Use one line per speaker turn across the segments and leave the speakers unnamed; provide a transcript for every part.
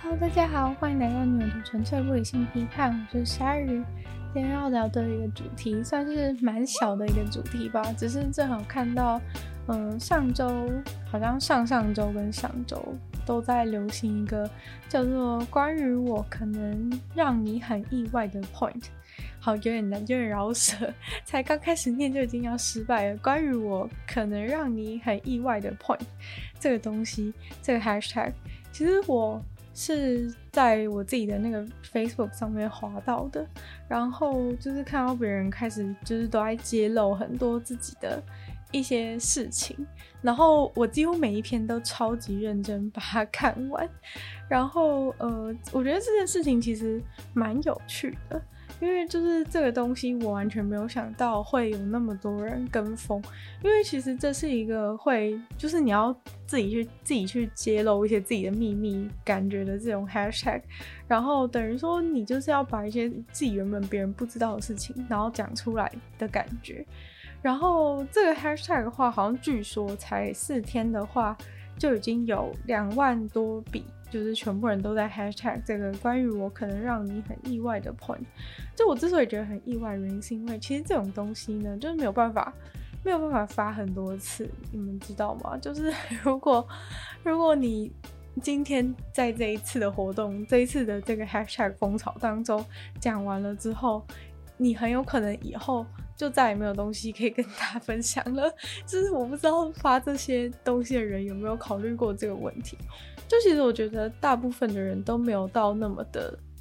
Hello， 大家好，欢迎来到女友的纯粹不理性批判，我是鲨鱼。今天要聊的一个主题算是蛮小的一个主题吧，只是正好看到上周好像上周跟上周都在流行一个叫做关于我可能让你很意外的 point。 好，有点难，有点饶舌，才刚开始念就已经要失败了。关于我可能让你很意外的 point 这个东西，这个 hashtag 其实我是在我自己的那个 Facebook 上面滑到的，然后就是看到别人开始就是都在揭露很多自己的一些事情，然后我几乎每一篇都超级认真把它看完，然后我觉得这件事情其实蛮有趣的，因为就是这个东西我完全没有想到会有那么多人跟风，因为其实这是一个会就是你要自己去揭露一些自己的秘密感觉的这种 hashtag， 然后等于说你就是要把一些自己原本别人不知道的事情然后讲出来的感觉。然后这个 hashtag 的话好像据说才4天的话就已经有2万多笔，就是全部人都在 hashtag 这个关于我可能让你很意外的 point。 就我之所以觉得很意外的原因是因为其实这种东西呢就是没有办法发很多次，你们知道吗？就是如果你今天在这一次的活动，这一次的这个 hashtag 风潮当中讲完了之后，你很有可能以后就再也没有东西可以跟大家分享了。就是我不知道发这些东西的人有没有考虑过这个问题。就其实我觉得大部分的人都没有到那么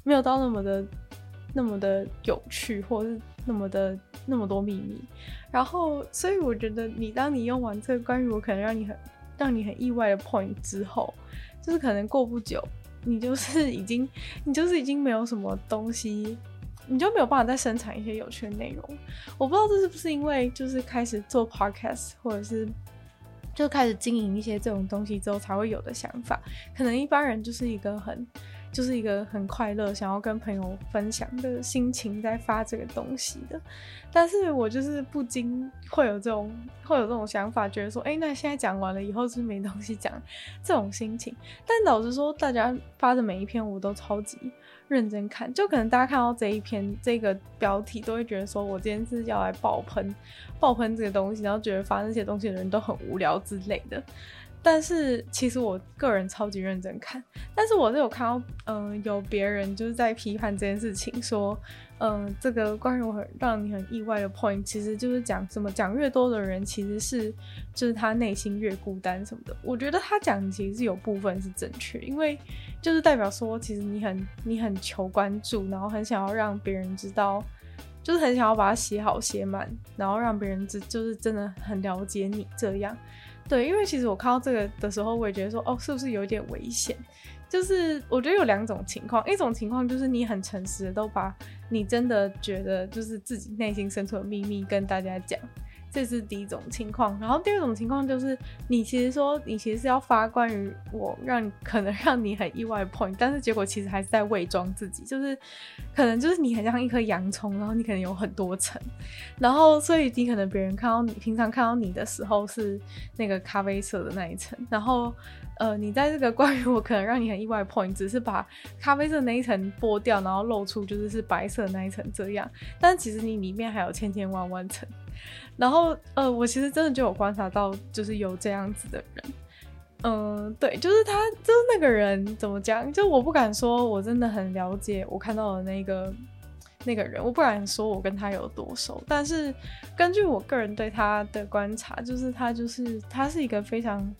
的有趣，或是那么多秘密。然后所以我觉得当你用完这个关于我可能让你很意外的 point 之后，就是可能过不久你就是已经没有什么东西，你就没有办法再生产一些有趣的内容。我不知道这是不是因为就是开始做 podcast 或者是就开始经营一些这种东西之后才会有的想法，可能一般人就是一个很快乐想要跟朋友分享的心情在发这个东西的。但是我就是不禁会有这种想法，觉得说那现在讲完了以后是没东西讲，这种心情。但老实说大家发的每一篇我都超级认真看，就可能大家看到这一篇这个标题都会觉得说我今天是要来爆喷这个东西，然后觉得发那些东西的人都很无聊之类的。但是其实我个人超级认真看，但是我是有看到有别人就是在批判这件事情，说这个关于我让你很意外的 point 其实就是讲什么讲越多的人其实是就是他内心越孤单什么的。我觉得他讲的其实是有部分是正确，因为就是代表说其实你很求关注，然后很想要让别人知道，就是很想要把它写好写满，然后让别人就是真的很了解你这样。对，因为其实我看到这个的时候我也觉得说是不是有点危险。就是我觉得有2种情况，一种情况就是你很诚实的都把你真的觉得就是自己内心深处的秘密跟大家讲，这是第一种情况。然后第二种情况就是你其实是要发关于我可能让你很意外的 point， 但是结果其实还是在伪装自己，就是可能就是你很像一颗洋葱，然后你可能有很多层，然后所以你可能别人平常看到你的时候是那个咖啡色的那一层，然后你在这个关于我可能让你很意外的 point 只是把咖啡色那一层剥掉，然后露出就是白色的那一层这样，但其实你里面还有千千万万层。然后我其实真的就有观察到就是有这样子的人。对，就是那个人怎么讲，就我不敢说我真的很了解我看到的那个人，我不敢说我跟他有多熟，但是根据我个人对他的观察，就是他是一个非常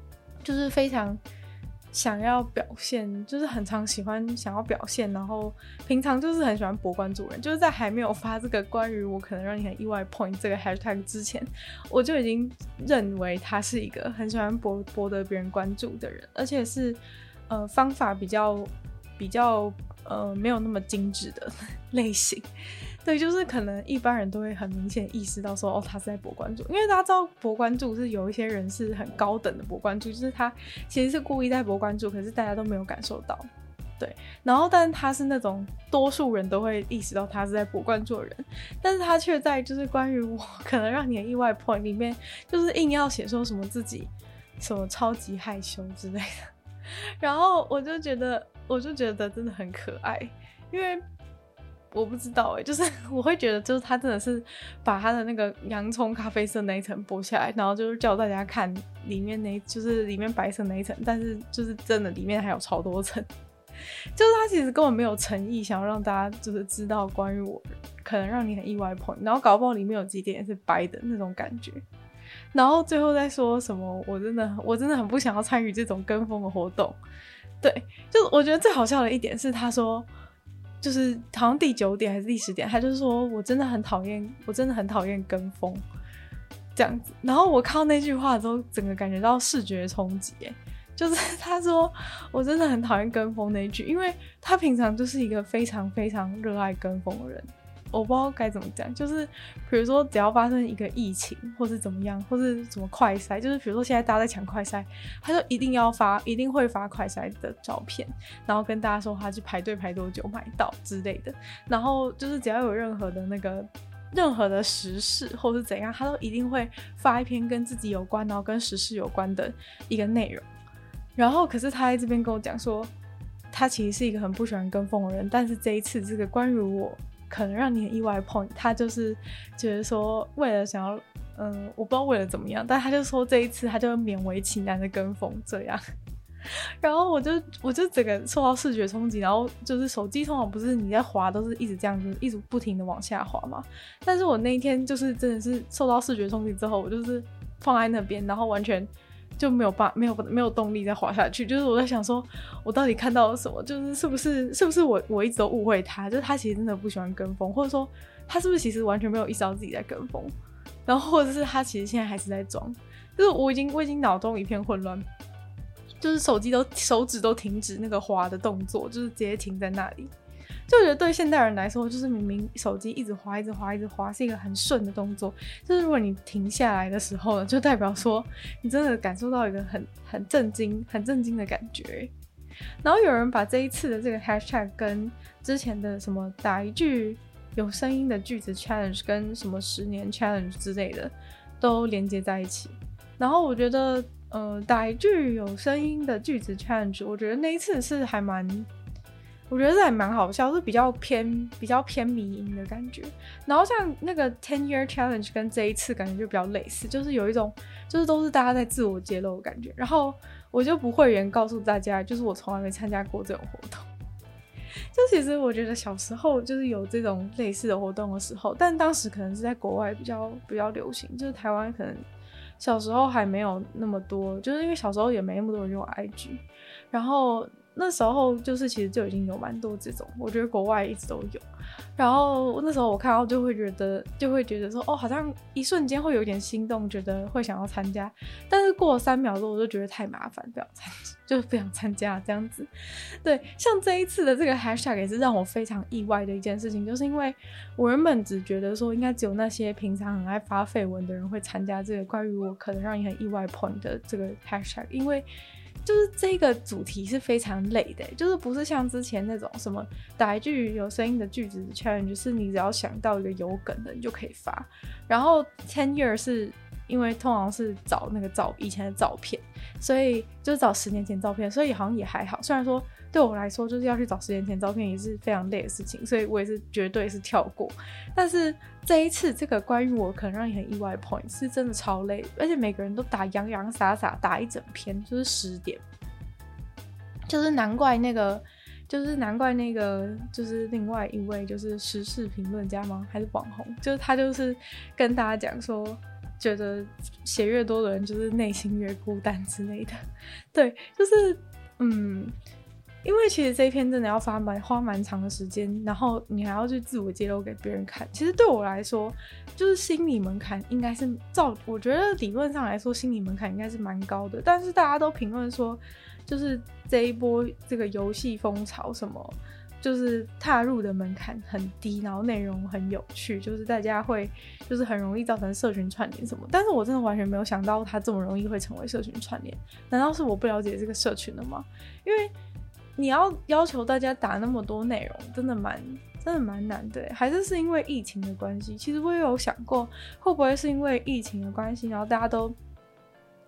想要表现，就是很常想要表现，然后平常就是很喜欢博关注人。就是在还没有发这个关于我可能让你很意外 point 这个 hashtag 之前，我就已经认为他是一个很喜欢博得别人关注的人，而且是方法比较没有那么精致的类型。对，就是可能一般人都会很明显意识到说他是在博关注，因为大家知道博关注是有一些人是很高等的博关注，就是他其实是故意在博关注，可是大家都没有感受到。对，然后但是他是那种多数人都会意识到他是在博关注的人，但是他却在就是关于我可能让你很意外 point 里面就是硬要写说什么自己什么超级害羞之类的。 然后我就觉得真的很可爱，因为我不知道就是我会觉得就是他真的是把他的那个洋葱咖啡色那一层剥下来，然后就是叫大家看里面就是里面白色那一层，但是就是真的里面还有超多层，就是他其实根本没有诚意想要让大家就是知道关于我可能让你很意外的 point， 然后搞不好里面有几点是白的那种感觉，然后最后再说什么我真的很不想要参与这种跟风的活动。对，就我觉得最好笑的一点是他说就是好像第9点还是第10点，他就说我真的很讨厌跟风这样子。然后我看到那句话之后整个感觉到视觉冲击就是他说我真的很讨厌跟风那一句，因为他平常就是一个非常非常热爱跟风的人，我不知道该怎么讲，就是比如说只要发生一个疫情或是怎么样，或是什么快筛，就是比如说现在大家在抢快筛，他就一定会发快筛的照片，然后跟大家说他去排队排多久买到之类的，然后就是只要有任何的时事或是怎样，他都一定会发一篇跟自己有关然后跟时事有关的一个内容。然后可是他在这边跟我讲说他其实是一个很不喜欢跟风的人，但是这一次这个关于我可能让你很意外的 point， 他就是觉得说为了想要我不知道为了怎么样，但他就说这一次他就勉为其难的跟风这样。然后我就整个受到视觉冲击，然后就是手机通常不是你在滑都是一直这样子一直不停的往下滑嘛，但是我那一天就是真的是受到视觉冲击之后，我就是放在那边，然后完全就没有动力再滑下去，就是我在想说我到底看到了什么，就是是不是我一直都误会他，就是他其实真的不喜欢跟风，或者说他是不是其实完全没有意识到自己在跟风，然后或者是他其实现在还是在装，就是我已经脑中一片混乱，就是手指都停止那个滑的动作，就是直接停在那里。就我觉得对现代人来说，就是明明手机一直滑是一个很顺的动作，就是如果你停下来的时候呢，就代表说你真的感受到一个很震惊的感觉。然后有人把这一次的这个 hashtag 跟之前的什么打一句有声音的句子 challenge 跟什么10年 challenge 之类的都连接在一起。然后我觉得打一句有声音的句子 challenge， 我觉得那一次是还蛮好笑，是比较偏迷因的感觉。然后像那个 10-year challenge 跟这一次感觉就比较类似，就是有一种就是都是大家在自我揭露的感觉。然后我就不讳言告诉大家，就是我从来没参加过这种活动。就其实我觉得小时候就是有这种类似的活动的时候，但当时可能是在国外比较流行，就是台湾可能小时候还没有那么多，就是因为小时候也没那么多人用 IG， 然后那时候就是其实就已经有蛮多这种，我觉得国外一直都有。然后那时候我看到就会觉得说好像一瞬间会有点心动，觉得会想要参加，但是过了3秒之后我就觉得太麻烦，不想参加这样子。对，像这一次的这个 hashtag 也是让我非常意外的一件事情，就是因为我原本只觉得说应该只有那些平常很爱发绯闻的人会参加这个关于我可能让你很意外 point 的这个 hashtag， 因为就是这个主题是非常累的，就是不是像之前那种什么打一句有声音的句子 challenge， 就是你只要想到一个有梗的你就可以发，然后 10 year 是因为通常是找那个以前的照片，所以就是找10年前照片，所以好像也还好，虽然说对我来说就是要去找10年前照片也是非常累的事情，所以我也是绝对是跳过。但是这一次这个关于我可能让你很意外的 point 是真的超累，而且每个人都打洋洋洒洒打一整篇，就是10点，就是难怪那个就是另外一位就是时事评论家吗还是网红，就是他就是跟大家讲说觉得写越多的人就是内心越孤单之类的。对，就是因为其实这一篇真的要花蛮长的时间，然后你还要去自我揭露给别人看，其实对我来说就是心理门槛应该是我觉得理论上来说心理门槛应该是蛮高的，但是大家都评论说就是这一波这个游戏风潮什么就是踏入的门槛很低，然后内容很有趣，就是大家会就是很容易造成社群串联什么，但是我真的完全没有想到它这么容易会成为社群串联，难道是我不了解这个社群了吗？因为你要求大家打那么多内容真的蛮难的，还是因为疫情的关系？其实我也有想过会不会是因为疫情的关系，然后大家都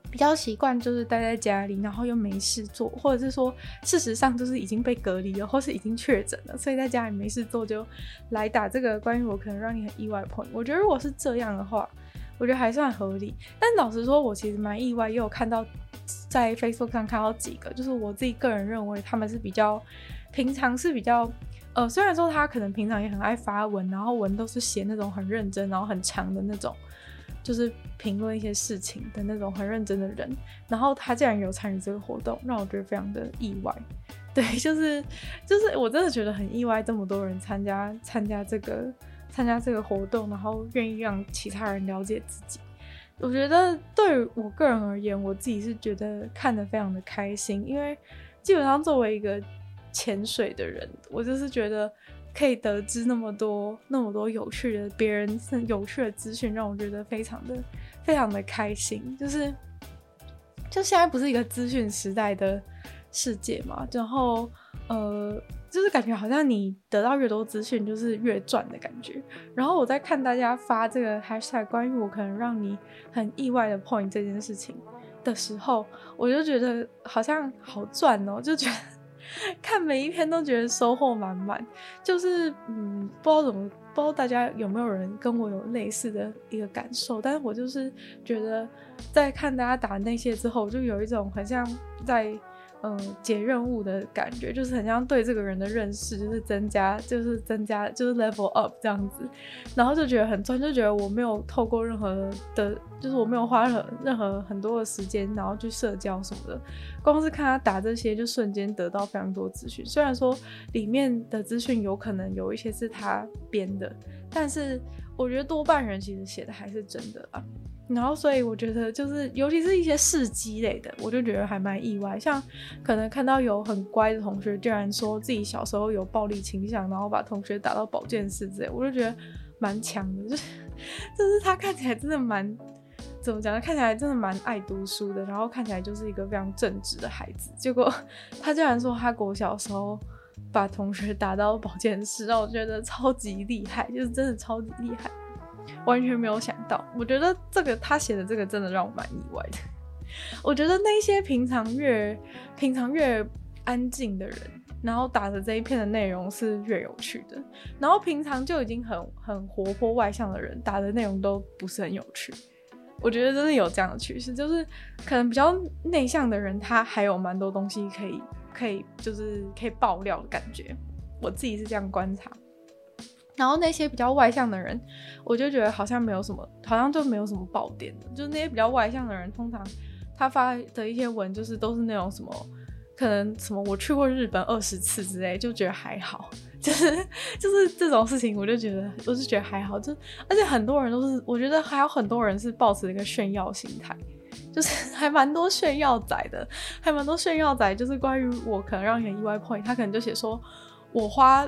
比较习惯就是待在家里，然后又没事做，或者是说事实上就是已经被隔离了，或是已经确诊了，所以在家里没事做就来打这个关于我可能让你很意外的 point。 我觉得如果是这样的话，我觉得还算合理。但老实说，我其实蛮意外，也有看到在 Facebook 上看到几个，就是我自己个人认为他们是比较平常是比较虽然说他可能平常也很爱发文，然后文都是写那种很认真然后很长的那种，就是评论一些事情的那种很认真的人，然后他竟然有参与这个活动，让我觉得非常的意外。对，就是我真的觉得很意外，这么多人参加这个活动，然后愿意让其他人了解自己。我觉得对我个人而言，我自己是觉得看得非常的开心，因为基本上作为一个潜水的人，我就是觉得可以得知那么多有趣的别人有趣的资讯，让我觉得非常的开心。就现在不是一个资讯时代的世界嘛，然后就是感觉好像你得到越多资讯就是越赚的感觉。然后我在看大家发这个 hashtag 关于我可能让你很意外的 point 这件事情的时候，我就觉得好像好赚哦，就觉得看每一篇都觉得收获满满。就是不知道大家有没有人跟我有类似的一个感受，但是我就是觉得在看大家打那些之后，就有一种很像在解任务的感觉，就是很像对这个人的认识就是增加就是 level up 这样子，然后就觉得很赚，就觉得我没有透过任何的，就是我没有花任何很多的时间然后去社交什么的，光是看他打这些就瞬间得到非常多资讯。虽然说里面的资讯有可能有一些是他编的，但是我觉得多半人其实写的还是真的啊。然后所以我觉得就是尤其是一些事迹类的，我就觉得还蛮意外。像可能看到有很乖的同学居然说自己小时候有暴力倾向，然后把同学打到保健室之类，我就觉得蛮强的。就是他看起来真的蛮怎么讲呢，看起来真的蛮爱读书的，然后看起来就是一个非常正直的孩子，结果他居然说他国小的时候把同学打到保健室，让我觉得超级厉害，就是真的超级厉害，完全没有想到。我觉得他写的这个真的让我蛮意外的。我觉得那些平常越安静的人，然后打的这一篇的内容是越有趣的，然后平常就已经很活泼外向的人打的内容都不是很有趣。我觉得真的有这样的趋势，就是可能比较内向的人他还有蛮多东西可以就是可以爆料的感觉，我自己是这样观察。然后那些比较外向的人，我就觉得好像就没有什么爆点的，就是那些比较外向的人，通常他发的一些文就是都是那种什么可能什么我去过日本20次之类，就觉得还好，就是这种事情我就觉得还好。而且很多人都是，我觉得还有很多人是抱持一个炫耀心态，就是还蛮多炫耀仔的，就是关于我可能让你很意外 point， 他可能就写说我花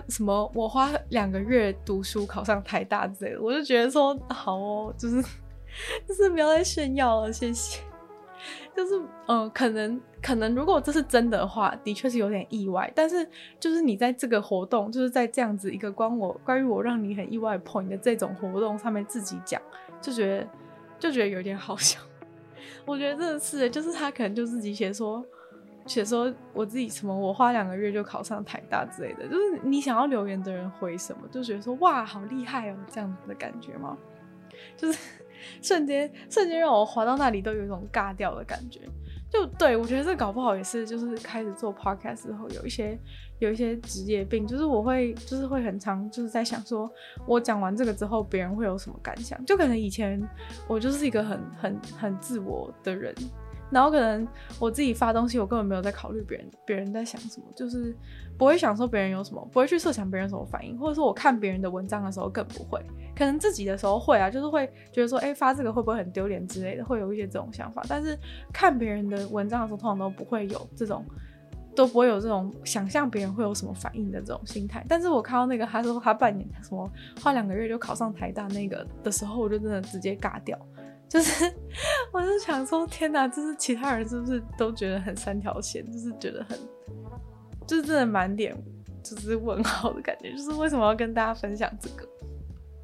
2个月读书考上台大之类的，我就觉得说好哦，就是不要再炫耀了，谢谢。就是可能如果这是真的话，的确是有点意外，但是就是你在这个活动，就是在这样子一个关于我让你很意外 point 的这种活动上面自己讲，就觉得有点好笑。我觉得真的是，就是他可能就自己写说我自己什么我花2个月就考上台大之类的，就是你想要留言的人回什么就觉得说哇好厉害哦，这样子的感觉吗？就是瞬间让我滑到那里都有一种尬掉的感觉。就对，我觉得这搞不好也是就是开始做 podcast 之后有一些职业病，就是我会很常就是在想说我讲完这个之后别人会有什么感想。就可能以前我就是一个很自我的人，然后可能我自己发东西我根本没有在考虑别人在想什么，就是不会想说别人有什么，不会去设想别人有什么反应，或者说我看别人的文章的时候更不会，可能自己的时候会啊，就是会觉得说发这个会不会很丢脸之类的，会有一些这种想法。但是看别人的文章的时候通常都不会有这种想象别人会有什么反应的这种心态。但是我看到那个他说他半年什么花2个月就考上台大那个的时候，我就真的直接尬掉，就是我就想说天哪，就是其他人是不是都觉得很3条线，就是觉得很就是真的满脸就是问号的感觉，就是为什么要跟大家分享这个。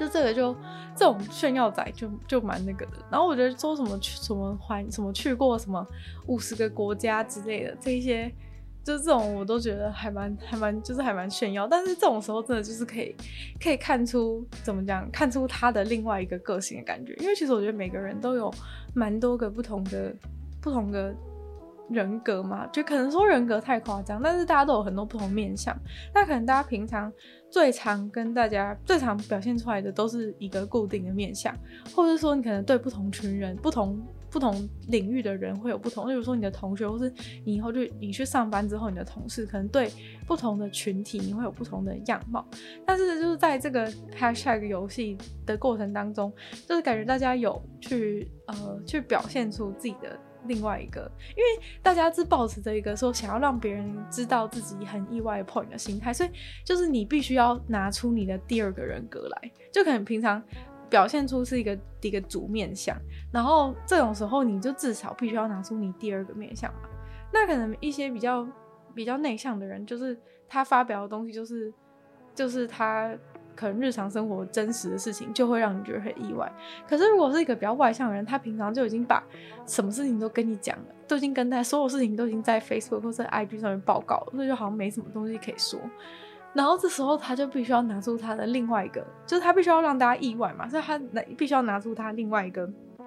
就这个这种炫耀仔就蛮那个的。然后我觉得说什么去过什么50个国家之类的，这一些就是这种我都觉得还蛮炫耀。但是这种时候真的就是可以看出怎么讲，看出他的另外一个个性的感觉。因为其实我觉得每个人都有蛮多个不同的人格嘛，就可能说人格太夸张，但是大家都有很多不同面向。那可能大家平常最常表现出来的都是一个固定的面向，或者说你可能对不同群人、不同领域的人会有不同。例如说你的同学，或是你以后你去上班之后，你的同事可能对不同的群体你会有不同的样貌。但是就是在这个 hashtag 游戏的过程当中，就是感觉大家有去表现出自己的另外一个，因为大家是抱持着一个说想要让别人知道自己很意外的 point 的心态，所以就是你必须要拿出你的第二个人格来，就可能平常表现出是一个主面向，然后这种时候你就至少必须要拿出你第二个面向嘛。那可能一些比较内向的人，就是他发表的东西就是他可能日常生活真实的事情，就会让你觉得很意外。可是如果是一个比较外向的人，他平常就已经把什么事情都跟你讲了，都已经跟他所有事情都已经在 Facebook 或者 IG 上面报告了，所以就好像没什么东西可以说。然后这时候他就必须要拿出他的另外一个，就是他必须要让大家意外嘛，所以他必须要拿出他另外一个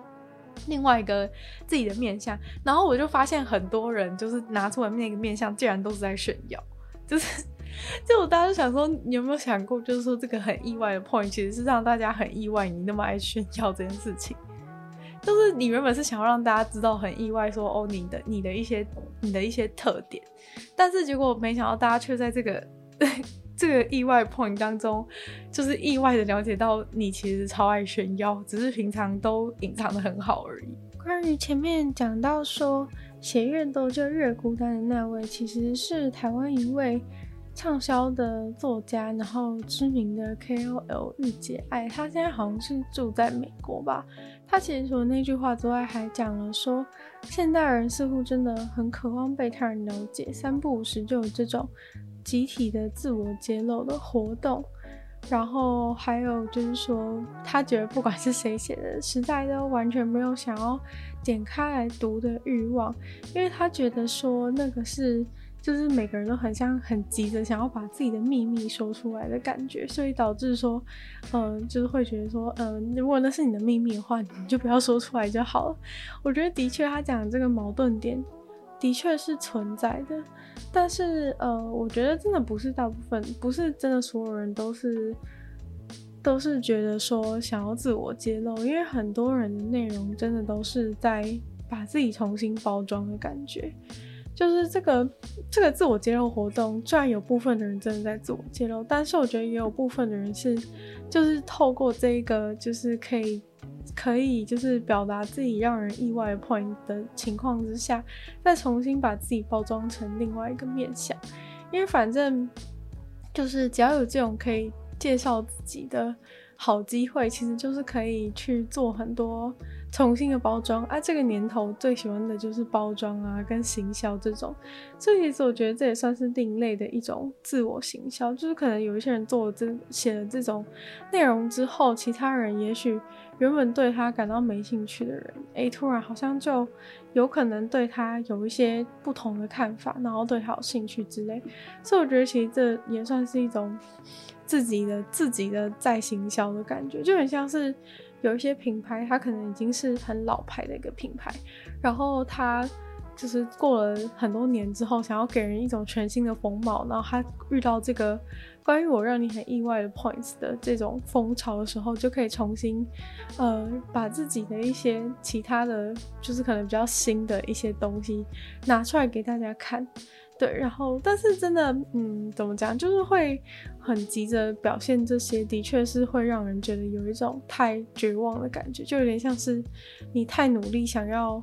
自己的面向。然后我就发现很多人就是拿出来那个面向竟然都是在炫耀，就大家就想说，你有没有想过，就是说这个很意外的 point 其实是让大家很意外你那么爱炫耀这件事情。就是你原本是想要让大家知道很意外说哦你的一些特点，但是结果没想到大家却在这个意外 point 当中，就是意外的了解到你其实超爱炫耀，只是平常都隐藏得很好而已。关于前面讲到说写越多就越孤单的那位，其实是台湾一位畅销的作家，然后知名的 KOL 御姐爱，他现在好像是住在美国吧。他其实除了那句话之外，还讲了说现代人似乎真的很渴望被他人了解，三不五时就有这种集体的自我揭露的活动。然后还有就是说，他觉得不管是谁写的，实在都完全没有想要点开来读的欲望，因为他觉得说那个是就是每个人都很急着想要把自己的秘密说出来的感觉，所以导致说就是会觉得说如果那是你的秘密的话，你就不要说出来就好了。我觉得的确他讲的这个矛盾点的确是存在的，但是我觉得真的不是大部分，不是真的所有人都是觉得说想要自我揭露，因为很多人的内容真的都是在把自己重新包装的感觉。就是这个自我揭露活动，虽然有部分的人真的在自我揭露，但是我觉得也有部分的人是就是透过这一个就是可以就是表达自己让人意外的 point 的情况之下，再重新把自己包装成另外一个面向。因为反正就是只要有这种可以介绍自己的好机会，其实就是可以去做很多重新的包装啊。这个年头最喜欢的就是包装啊跟行销这种，所以其实我觉得这也算是另类的一种自我行销。就是可能有一些人写了这种内容之后，其他人也许原本对他感到没兴趣的人，突然好像就有可能对他有一些不同的看法，然后对他有兴趣之类。所以我觉得其实这也算是一种自己的再行销的感觉，就很像是有一些品牌它可能已经是很老牌的一个品牌，然后它就是过了很多年之后想要给人一种全新的风貌，然后他遇到这个关于我让你很意外的 points 的这种风潮的时候，就可以重新把自己的一些其他的就是可能比较新的一些东西拿出来给大家看。对，然后但是真的怎么讲，就是会很急着表现这些，的确是会让人觉得有一种太绝望的感觉，就有点像是你太努力想要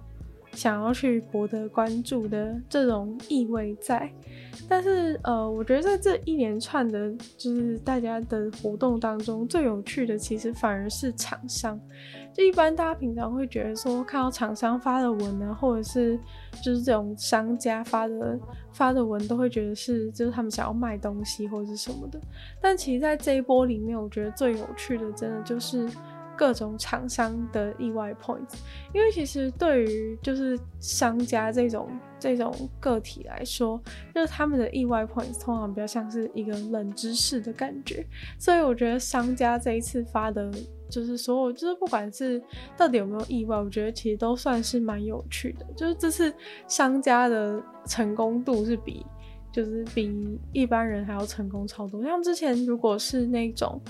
想要去博得关注的这种意味在。但是我觉得在这一连串的就是大家的活动当中，最有趣的其实反而是厂商。就一般大家平常会觉得说看到厂商发的文啊，或者是就是这种商家发的文都会觉得是就是他们想要卖东西或者是什么的，但其实在这一波里面，我觉得最有趣的真的就是各种厂商的意外 points。 因为其实对于就是商家这种个体来说，就是他们的意外 points 通常比较像是一个冷知识的感觉，所以我觉得商家这一次发的就是所有就是不管是到底有没有意外，我觉得其实都算是蛮有趣的。就是这次商家的成功度是比一般人还要成功超多。像之前如果是那种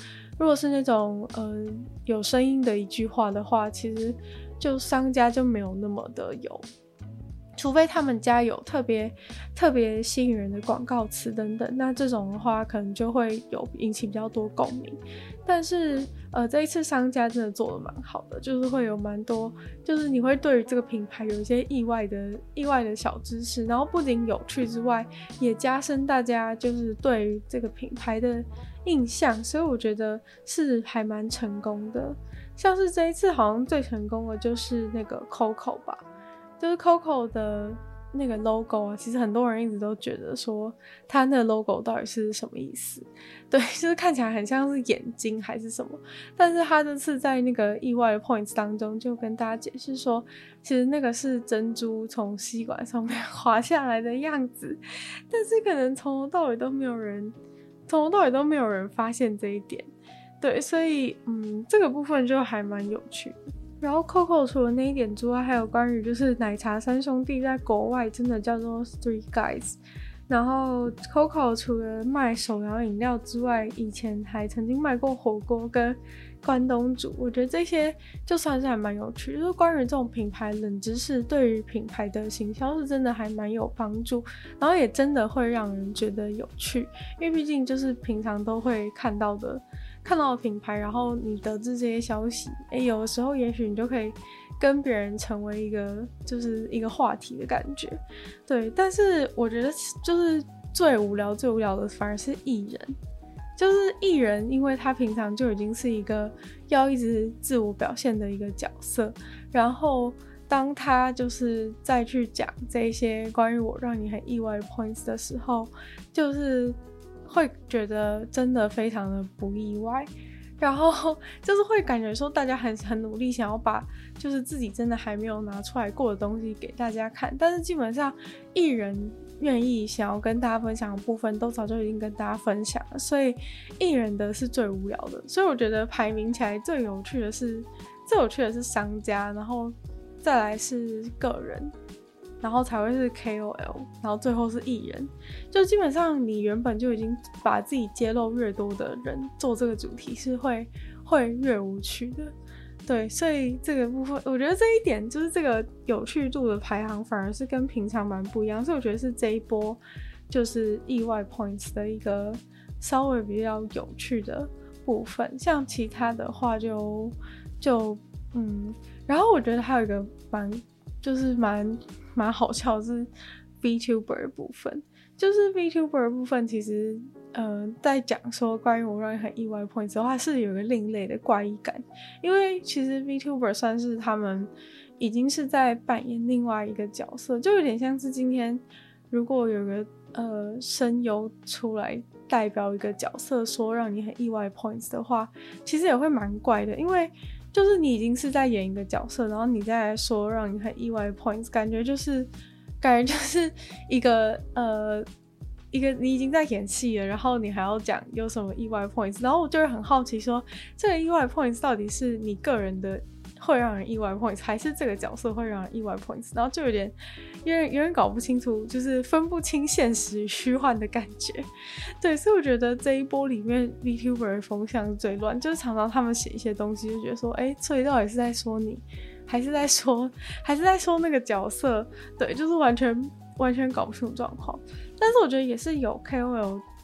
有声音的一句话的话，其实就商家就没有那么的有，除非他们家有特别吸引人的广告词等等，那这种的话可能就会有引起比较多共鸣。但是这一次商家真的做得蛮好的，就是会有蛮多，就是你会对于这个品牌有一些意外的小知识，然后不仅有趣之外，也加深大家就是对于这个品牌的印象，所以我觉得是还蛮成功的。像是这一次好像最成功的就是那个 Coco 吧，就是 Coco 的那个 logo 啊，其实很多人一直都觉得说它那个 logo 到底是什么意思，对，就是看起来很像是眼睛还是什么，但是他这次在那个意外的 points 当中就跟大家解释说，其实那个是珍珠从吸管上面滑下来的样子，但是可能从头到尾都没有人发现这一点，对，所以这个部分就还蛮有趣的。然后 Coco 除了那一点之外，还有关于就是奶茶三兄弟在国外真的叫做 Three Guys。然后 Coco 除了卖手摇饮料之外，以前还曾经卖过火锅跟关东煮，我觉得这些就算是还蛮有趣，就是关于这种品牌冷知识对于品牌的行销是真的还蛮有帮助，然后也真的会让人觉得有趣，因为毕竟就是平常都会看到的品牌，然后你得知这些消息，有的时候也许你就可以跟别人成为一个话题的感觉，对。但是我觉得就是最无聊的反而是艺人，就是艺人，因为他平常就已经是一个要一直自我表现的一个角色，然后当他就是再去讲这些关于我让你很意外的 points 的时候，就是会觉得真的非常的不意外，然后就是会感觉说大家很努力想要把就是自己真的还没有拿出来过的东西给大家看，但是基本上艺人愿意想要跟大家分享的部分都早就已经跟大家分享了，所以艺人的是最无聊的。所以我觉得排名起来最有趣的是商家，然后再来是个人，然后才会是 KOL， 然后最后是艺人。就基本上你原本就已经把自己揭露越多的人做这个主题是会越无趣的，对。所以这个部分我觉得这一点就是这个有趣度的排行反而是跟平常蛮不一样，所以我觉得是这一波就是意外 points 的一个稍微比较有趣的部分。像其他的话就然后我觉得还有一个蛮好笑的是 VTuber 的部分，就是 VTuber 的部分其实在讲说关于我让你很意外的 points 的话是有一个另类的怪异感，因为其实 VTuber 算是他们已经是在扮演另外一个角色，就有点像是今天如果有个声优出来代表一个角色说让你很意外的 points 的话，其实也会蛮怪的，因为就是你已经是在演一个角色，然后你再来说让你很意外的 points， 感觉就是一个你已经在演戏了，然后你还要讲有什么意外 points， 然后我就会很好奇说这个意外 points 到底是你个人的会让人意外 points 还是这个角色会让人意外 points， 然后就有点搞不清楚，就是分不清现实与虚幻的感觉，对。所以我觉得这一波里面 VTuber 的风向最乱，就是常常他们写一些东西就觉得说所以到底是在说你还是在说那个角色，对，就是完全搞不清楚状况。但是我觉得也是有 KOL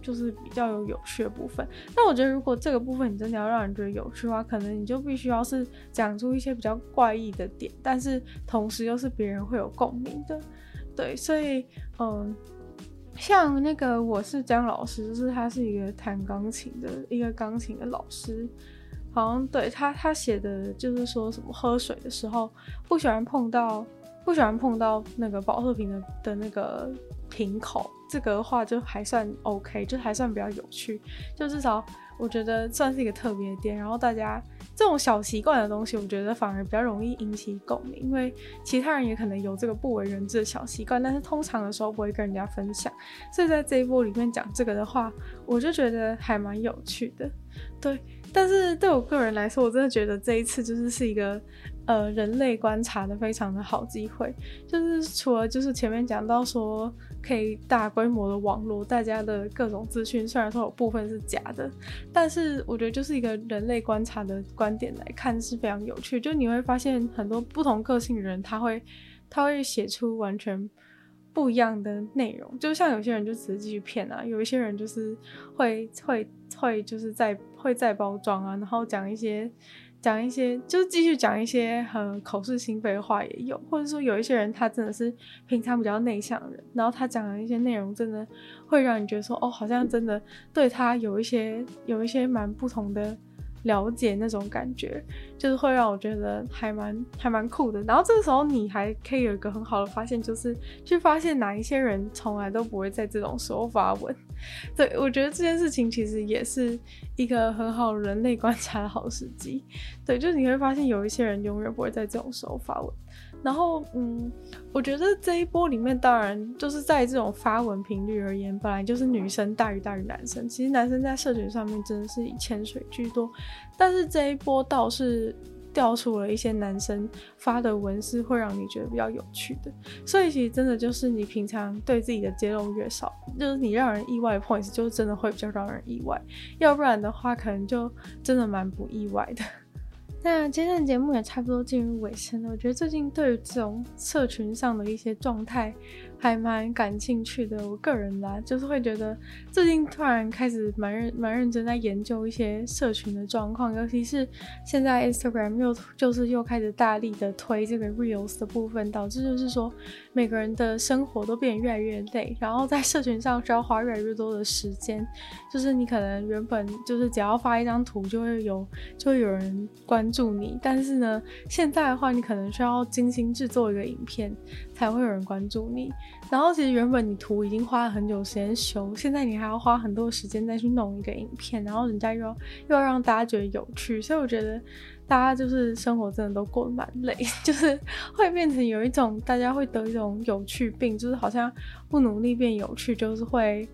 就是比较有趣的部分。但我觉得如果这个部分你真的要让人觉得有趣的话，可能你就必须要是讲出一些比较怪异的点，但是同时又是别人会有共鸣的。对，所以像那个我是江老师，就是他是一个弹钢琴的老师，好像对他写的就是说什么喝水的时候不喜欢碰到那个保特瓶的那个瓶口，这个话就还算 OK， 就还算比较有趣，就至少我觉得算是一个特别点。然后大家这种小习惯的东西，我觉得反而比较容易引起共鸣，因为其他人也可能有这个不为人知的小习惯，但是通常的时候不会跟人家分享。所以在这一波里面讲这个的话，我就觉得还蛮有趣的。对，但是对我个人来说，我真的觉得这一次是一个人类观察的非常的好机会。就是除了就是前面讲到说可以大规模的网络，大家的各种资讯虽然说有部分是假的，但是我觉得就是一个人类观察的观点来看是非常有趣。就你会发现很多不同个性的人，他会写出完全不一样的内容，就像有些人就只是继续骗啊，有一些人就是会就是再包装啊，然后讲一些就是继续讲一些很口是心非的话也有，或者说有一些人他真的是平常比较内向的人，然后他讲的一些内容真的会让你觉得说好像真的对他有一些蛮不同的了解，那种感觉就是会让我觉得还蛮酷的。然后这个时候你还可以有一个很好的发现，就是去发现哪一些人从来都不会在这种时候发文。对，我觉得这件事情其实也是一个很好的人类观察的好时机。对，就是你会发现有一些人永远不会在这种时候发文。然后我觉得这一波里面当然就是在这种发文频率而言，本来就是女生大于男生，其实男生在社群上面真的是以潜水居多，但是这一波倒是调出了一些男生发的文是会让你觉得比较有趣的。所以其实真的就是你平常对自己的揭露越少，就是你让人意外的 points 就真的会比较让人意外，要不然的话可能就真的蛮不意外的。那今天的节目也差不多进入尾声了，我觉得最近对于这种社群上的一些状态还蛮感兴趣的。我个人啦，就是会觉得最近突然开始蛮认真在研究一些社群的状况，尤其是现在 Instagram 又开始大力的推这个 Reels 的部分，导致就是说每个人的生活都变得越来越累，然后在社群上需要花越来越多的时间，就是你可能原本就是只要发一张图就会有人关注你，但是呢现在的话你可能需要精心制作一个影片才会有人关注你，然后其实原本你图已经花了很久时间修，现在你还要花很多时间再去弄一个影片，然后人家又要让大家觉得有趣，所以我觉得大家就是生活真的都过得蛮累，就是会变成有一种大家会得一种有趣病，就是好像不努力变有趣，就是会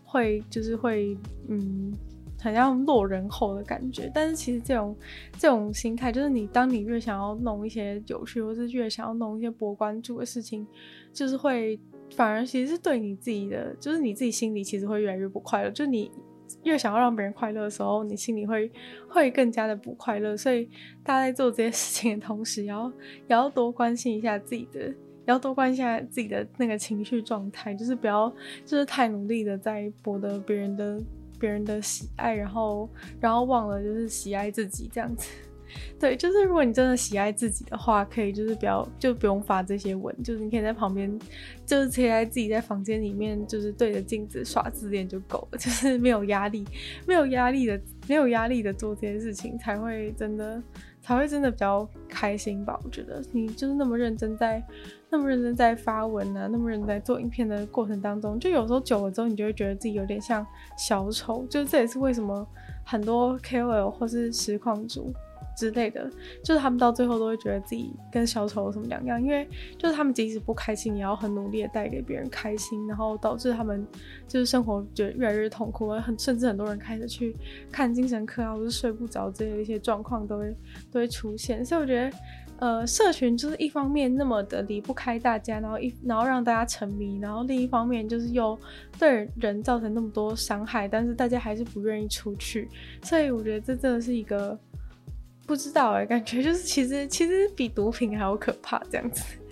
很像落人后的感觉。但是其实这种心态，就是当你越想要弄一些有趣，或是越想要弄一些博关注的事情，就是会反而其实是对你自己的，就是你自己心里其实会越来越不快乐，就是你越想要让别人快乐的时候，你心里会更加的不快乐。所以大家在做这些事情的同时，也要多关心一下自己的，也要多关心一下自己的那个情绪状态，就是不要就是太努力的在博得别人的喜爱，然后忘了就是喜爱自己这样子。对，就是如果你真的喜爱自己的话，可以就是不用发这些文，就是你可以在旁边就是贴在自己在房间里面，就是对着镜子刷自恋就够了，就是没有压力的做这些事情，才会真的比较开心吧。我觉得你就是那么认真在发文啊，那么认真在做影片的过程当中，就有时候久了之后，你就会觉得自己有点像小丑，就是这也是为什么很多 KOL 或是实况主之类的，就是他们到最后都会觉得自己跟小丑有什么两样，因为就是他们即使不开心，也要很努力的带给别人开心，然后导致他们就是生活觉得越来越痛苦，甚至很多人开始去看精神科啊，或是睡不着这些一些状况都会出现。所以我觉得社群就是一方面那么的离不开大家，然后让大家沉迷，然后另一方面就是又对人造成那么多伤害，但是大家还是不愿意出去。所以我觉得这真的是一个不知道感觉就是其实比毒品还要可怕这样子。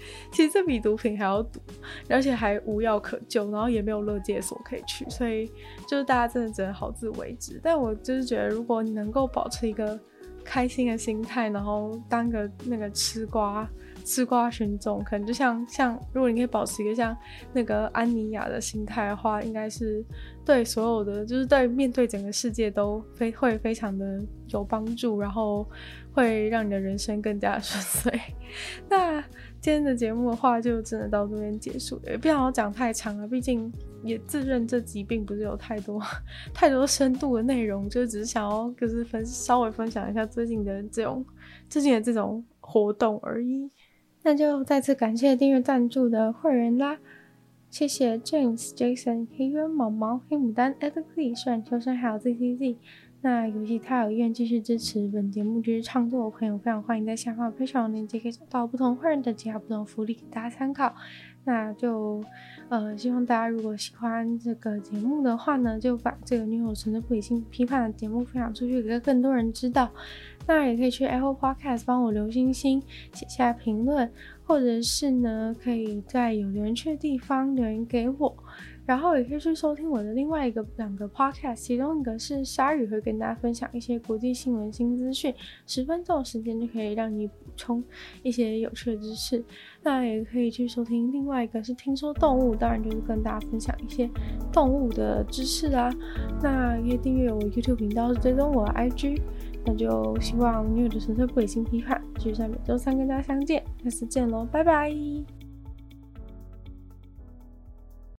其实这比毒品还要毒，而且还无药可救，然后也没有勒戒所可以去，所以就是大家真的只能好自为之。但我就是觉得，如果你能够保持一个开心的心态，然后当个那个吃瓜群众，可能就像如果你可以保持一个像那个安妮亚的心态的话，应该是对所有的就是对面对整个世界都会非常的有帮助，然后会让你的人生更加顺遂。那今天的节目的话就真的到这边结束了，也不想要讲太长了，毕竟也自认这集并不是有太多深度的内容，就只是想要就是稍微分享一下最近的这种活动而已。那就再次感谢订阅赞助的会员啦，谢谢 James、Jason、黑渊、毛毛、黑牡丹、Edley、虽然秋生还有 ZCZ。那有其他有意愿继续支持本节目继续创作的朋友，非常欢迎在下方的 Patreon 链接可以找到不同会员的其他不同福利给大家参考。那就希望大家如果喜欢这个节目的话呢，就把这个女友纯粹不理性批判的节目分享出去，给更多人知道。那也可以去 Apple Podcast 帮我留星星，写下评论，或者是呢可以在有留言区的地方留言给我。然后也可以去收听我的另外两个 podcast， 其中一个是鲨鱼，会跟大家分享一些国际新闻新资讯，10分钟的时间就可以让你补充一些有趣的知识。那也可以去收听另外一个是听说动物，当然就是跟大家分享一些动物的知识啦。那也可以订阅我 YouTube 频道，是追踪我的 IG。那就希望女友的纯粹不理性批判继续在每周3跟大家相见，下次见咯，拜拜。